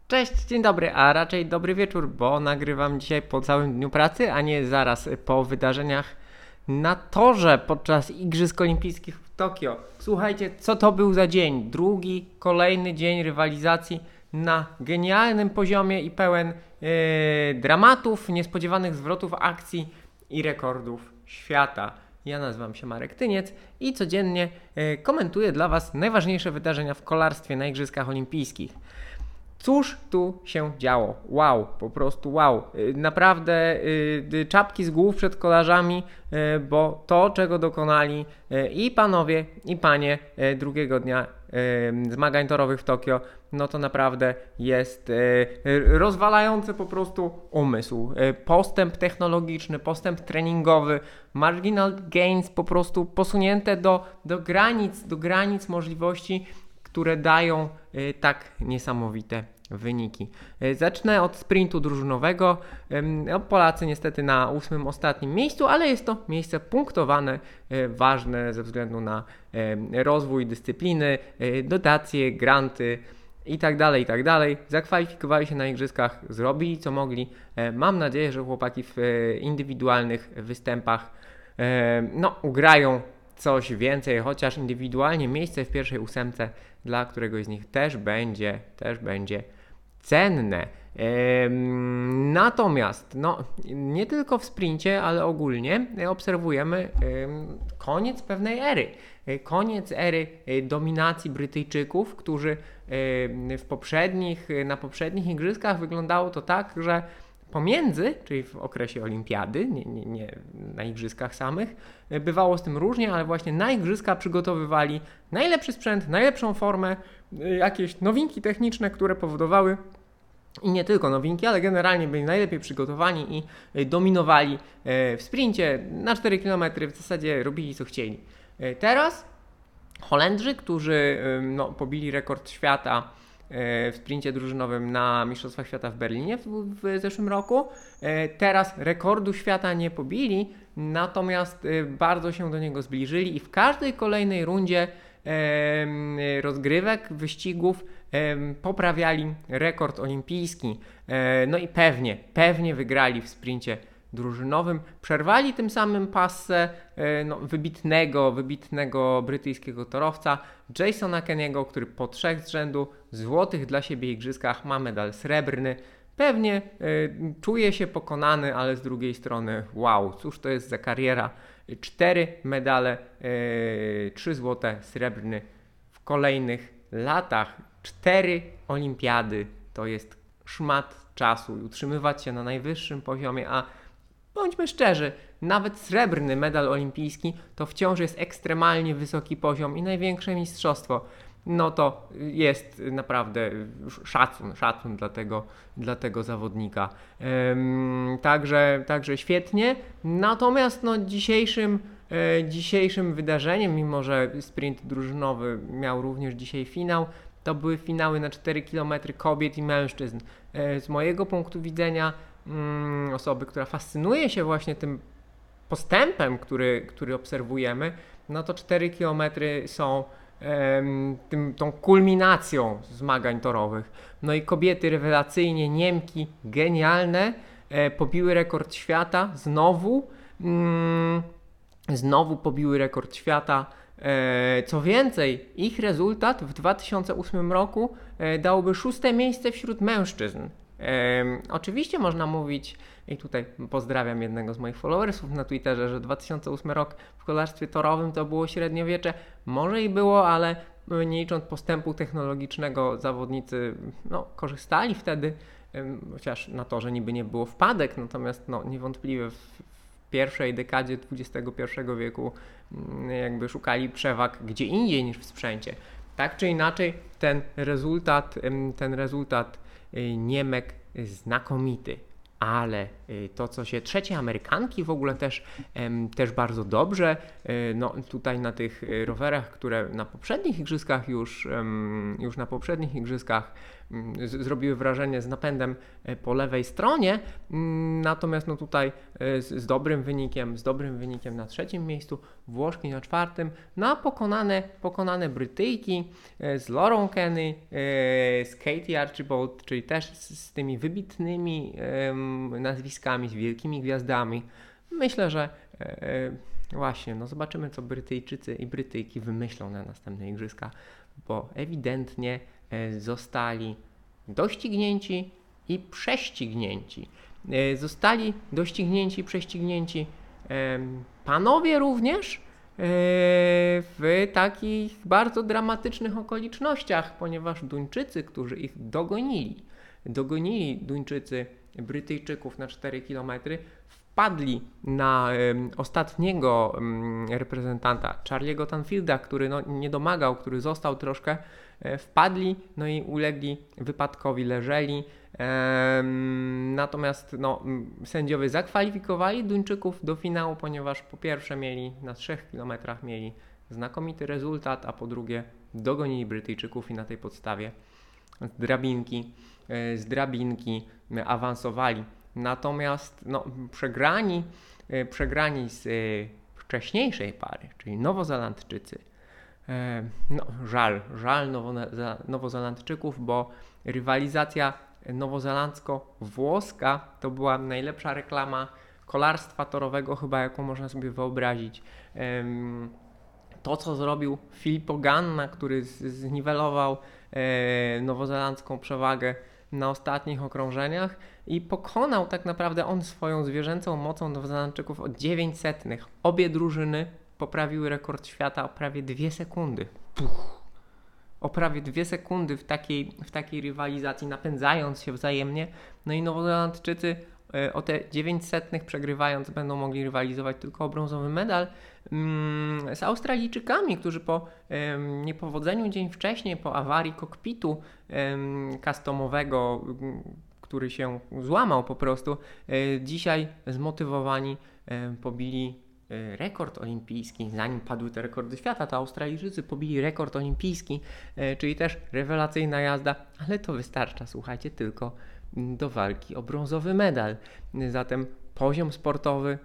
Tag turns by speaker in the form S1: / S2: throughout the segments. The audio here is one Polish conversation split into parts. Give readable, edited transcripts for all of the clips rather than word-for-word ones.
S1: Cześć, dzień dobry, a raczej dobry wieczór, bo nagrywam dzisiaj po całym dniu pracy, a nie zaraz po wydarzeniach na torze podczas Igrzysk Olimpijskich w Tokio. Słuchajcie, co to był za dzień? Drugi, kolejny dzień rywalizacji na genialnym poziomie i pełen dramatów, niespodziewanych zwrotów akcji i rekordów świata. Ja nazywam się Marek Tyniec i codziennie komentuję dla Was najważniejsze wydarzenia w kolarstwie na Igrzyskach Olimpijskich. Cóż tu się działo? Wow, po prostu wow. Naprawdę czapki z głów przed kolarzami, bo to, czego dokonali i panowie, i panie drugiego dnia zmagań torowych w Tokio, no to naprawdę jest rozwalający po prostu umysł. Postęp technologiczny, postęp treningowy, marginal gains po prostu posunięte do granic możliwości, które dają tak niesamowite wyniki. Zacznę od sprintu drużynowego. Polacy niestety na 8. ostatnim miejscu, ale jest to miejsce punktowane, ważne ze względu na rozwój dyscypliny, dotacje, granty i tak dalej. Zakwalifikowali się na igrzyskach, zrobili co mogli. Mam nadzieję, że chłopaki w indywidualnych występach ugrają coś więcej, chociaż indywidualnie miejsce w pierwszej 8 dla któregoś z nich też będzie cenne. Natomiast nie tylko w sprincie, ale ogólnie obserwujemy koniec pewnej ery. Koniec ery dominacji Brytyjczyków, którzy na poprzednich igrzyskach wyglądało to tak, że pomiędzy, czyli w okresie olimpiady, nie na igrzyskach samych, bywało z tym różnie, ale właśnie na igrzyska przygotowywali najlepszy sprzęt, najlepszą formę, jakieś nowinki techniczne, które powodowały, i nie tylko nowinki, ale generalnie byli najlepiej przygotowani i dominowali w sprincie na 4 km, w zasadzie robili co chcieli. Teraz Holendrzy, którzy pobili rekord świata w sprincie drużynowym na Mistrzostwach Świata w Berlinie w zeszłym roku. Teraz rekordu świata nie pobili, natomiast bardzo się do niego zbliżyli i w każdej kolejnej rundzie rozgrywek, wyścigów poprawiali rekord olimpijski. No i pewnie wygrali w sprincie drużynowym. Przerwali tym samym passę wybitnego brytyjskiego torowca Jasona Kenny'ego, który po 3 z rzędu złotych dla siebie igrzyskach ma medal srebrny. Pewnie czuje się pokonany, ale z drugiej strony wow, cóż to jest za kariera. 4 medale, 3 złote, srebrny w kolejnych latach. 4 olimpiady to jest szmat czasu i utrzymywać się na najwyższym poziomie, a bądźmy szczerzy, nawet srebrny medal olimpijski to wciąż jest ekstremalnie wysoki poziom i największe mistrzostwo. No to jest naprawdę szacun dla tego zawodnika. Także świetnie. Natomiast dzisiejszym wydarzeniem, mimo że sprint drużynowy miał również dzisiaj finał, to były finały na 4 km kobiet i mężczyzn. Z mojego punktu widzenia osoby, która fascynuje się właśnie tym postępem, który obserwujemy, no to 4 km są tą kulminacją zmagań torowych. No i kobiety rewelacyjnie, Niemki genialne, pobiły rekord świata, znowu pobiły rekord świata. Co więcej, ich rezultat w 2008 roku dałby 6. miejsce wśród mężczyzn. Oczywiście można mówić, i tutaj pozdrawiam jednego z moich followersów na Twitterze, że 2008 rok w kolarstwie torowym to było średniowiecze. Może i było, ale nie licząc postępu technologicznego, zawodnicy korzystali wtedy, chociaż na torze niby nie było wpadek, natomiast niewątpliwie w pierwszej dekadzie XXI wieku jakby szukali przewag gdzie indziej niż w sprzęcie. Tak czy inaczej ten rezultat Niemek znakomity. ale to, co się trzecie Amerykanki w ogóle też bardzo dobrze. No tutaj na tych rowerach, które na poprzednich igrzyskach już na poprzednich igrzyskach zrobiły wrażenie z napędem po lewej stronie, natomiast no tutaj z dobrym wynikiem na trzecim miejscu, Włoszki na czwartym, no a pokonane Brytyjki z Laurą Kenny, z Katie Archibald, czyli też z tymi wybitnymi nazwiskami, z wielkimi gwiazdami. Myślę, że właśnie, no zobaczymy, co Brytyjczycy i Brytyjki wymyślą na następne igrzyska, bo ewidentnie zostali doścignięci i prześcignięci. Zostali doścignięci i prześcignięci panowie również w takich bardzo dramatycznych okolicznościach, ponieważ Duńczycy, którzy ich dogonili Duńczycy Brytyjczyków na 4 km, wpadli na ostatniego reprezentanta, Charlie'ego Tanfielda, który no, nie domagał, który został troszkę, wpadli, no i ulegli wypadkowi, leżeli. Natomiast no, sędziowie zakwalifikowali Duńczyków do finału, ponieważ po pierwsze mieli na 3 km mieli znakomity rezultat, a po drugie dogonili Brytyjczyków i na tej podstawie z drabinki awansowali. Natomiast no, przegrani z wcześniejszej pary, czyli Nowozelandczycy. No, żal Nowozelandczyków, bo rywalizacja nowozelandzko-włoska to była najlepsza reklama kolarstwa torowego chyba, jaką można sobie wyobrazić. To, co zrobił Filippo Ganna, który zniwelował nowozelandzką przewagę na ostatnich okrążeniach i pokonał tak naprawdę on swoją zwierzęcą mocą Nowozelandczyków o 900. Obie drużyny poprawiły rekord świata o prawie 2 sekundy. O prawie 2 sekundy w takiej rywalizacji, napędzając się wzajemnie. No i Nowozelandczycy o te 900 przegrywając będą mogli rywalizować tylko o brązowy medal z Australijczykami, którzy po niepowodzeniu dzień wcześniej, po awarii kokpitu customowego, który się złamał po prostu, dzisiaj zmotywowani pobili rekord olimpijski. Zanim padły te rekordy świata, to Australijczycy pobili rekord olimpijski, czyli też rewelacyjna jazda, ale to wystarcza, słuchajcie, tylko do walki o brązowy medal. Zatem poziom sportowy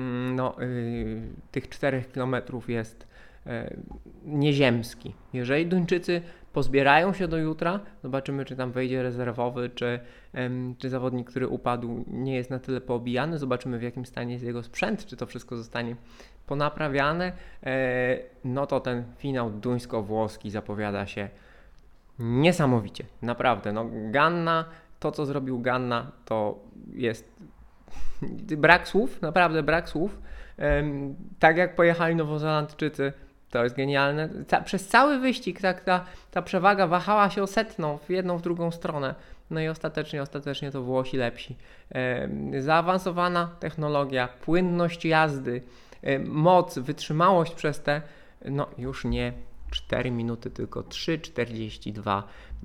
S1: tych 4 km jest nieziemski. Jeżeli Duńczycy pozbierają się do jutra, zobaczymy, czy tam wejdzie rezerwowy, czy zawodnik, który upadł, nie jest na tyle poobijany, zobaczymy, w jakim stanie jest jego sprzęt, czy to wszystko zostanie ponaprawiane, no to ten finał duńsko-włoski zapowiada się niesamowicie, naprawdę. No, Ganna, to co zrobił Ganna, to jest brak słów, naprawdę brak słów. Tak jak pojechali Nowozelandczycy, to jest genialne. Przez cały wyścig ta przewaga wahała się o setną w jedną, w drugą stronę. No i ostatecznie to Włosi lepsi. Zaawansowana technologia, płynność jazdy, moc, wytrzymałość przez te, no już nie 4 minuty, tylko 3,42.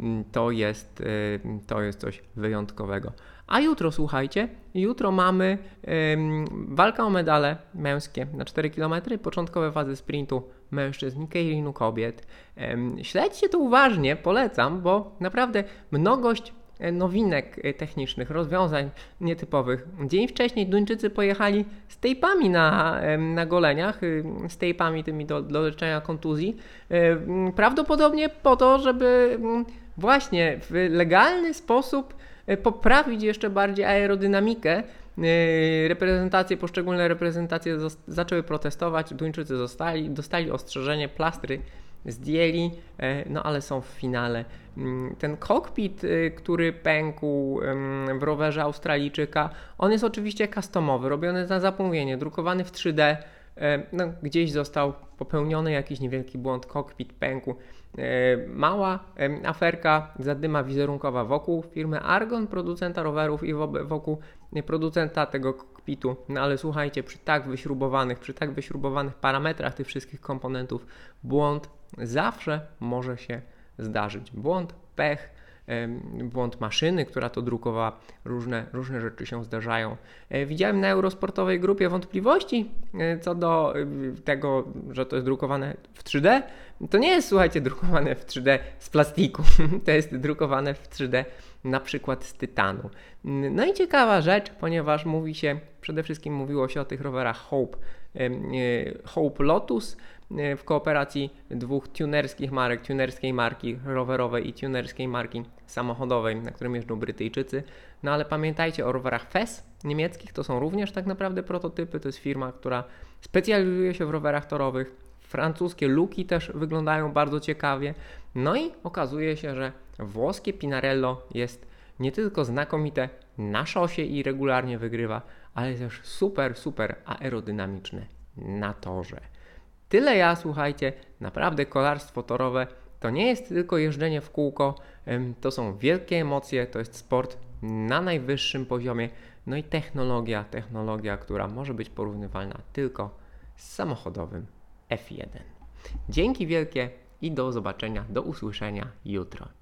S1: To jest coś wyjątkowego. A jutro, słuchajcie, jutro mamy walkę o medale męskie na 4 km, początkowe fazy sprintu mężczyzn, keirinu kobiet. Śledźcie to uważnie, polecam, bo naprawdę mnogość nowinek technicznych, rozwiązań nietypowych. Dzień wcześniej Duńczycy pojechali z tejpami na goleniach, z tejpami tymi do leczenia kontuzji, prawdopodobnie po to, żeby właśnie w legalny sposób poprawić jeszcze bardziej aerodynamikę. Poszczególne reprezentacje zaczęły protestować, Duńczycy dostali ostrzeżenie, plastry zdjęli, no ale są w finale. Ten kokpit, który pękł w rowerze Australijczyka, on jest oczywiście customowy, robiony na zamówienie, drukowany w 3D. No, gdzieś został popełniony jakiś niewielki błąd, kokpit pękł. Mała aferka, zadyma wizerunkowa wokół firmy Argon, producenta rowerów, i wokół producenta tego kokpitu. No ale słuchajcie, przy tak wyśrubowanych parametrach tych wszystkich komponentów, błąd zawsze może się zdarzyć. Błąd, pech, błąd maszyny, która to drukowała, różne rzeczy się zdarzają. Widziałem na Eurosportowej grupie wątpliwości co do tego, że to jest drukowane w 3D. To nie jest, słuchajcie, drukowane w 3D z plastiku, to jest drukowane w 3D na przykład z tytanu. No i ciekawa rzecz, ponieważ przede wszystkim mówiło się o tych rowerach Hope Lotus w kooperacji dwóch tunerskiej marki rowerowej i tunerskiej marki samochodowej, na którym jeżdżą Brytyjczycy. No ale pamiętajcie o rowerach FES niemieckich, to są również tak naprawdę prototypy, to jest firma, która specjalizuje się w rowerach torowych. Francuskie Luki też wyglądają bardzo ciekawie. No i okazuje się, że włoskie Pinarello jest nie tylko znakomite na szosie i regularnie wygrywa, ale też super aerodynamiczne na torze. Tyle słuchajcie, naprawdę kolarstwo torowe to nie jest tylko jeżdżenie w kółko, to są wielkie emocje, to jest sport na najwyższym poziomie, no i technologia, która może być porównywalna tylko z samochodowym F1. Dzięki wielkie i do zobaczenia, do usłyszenia jutro.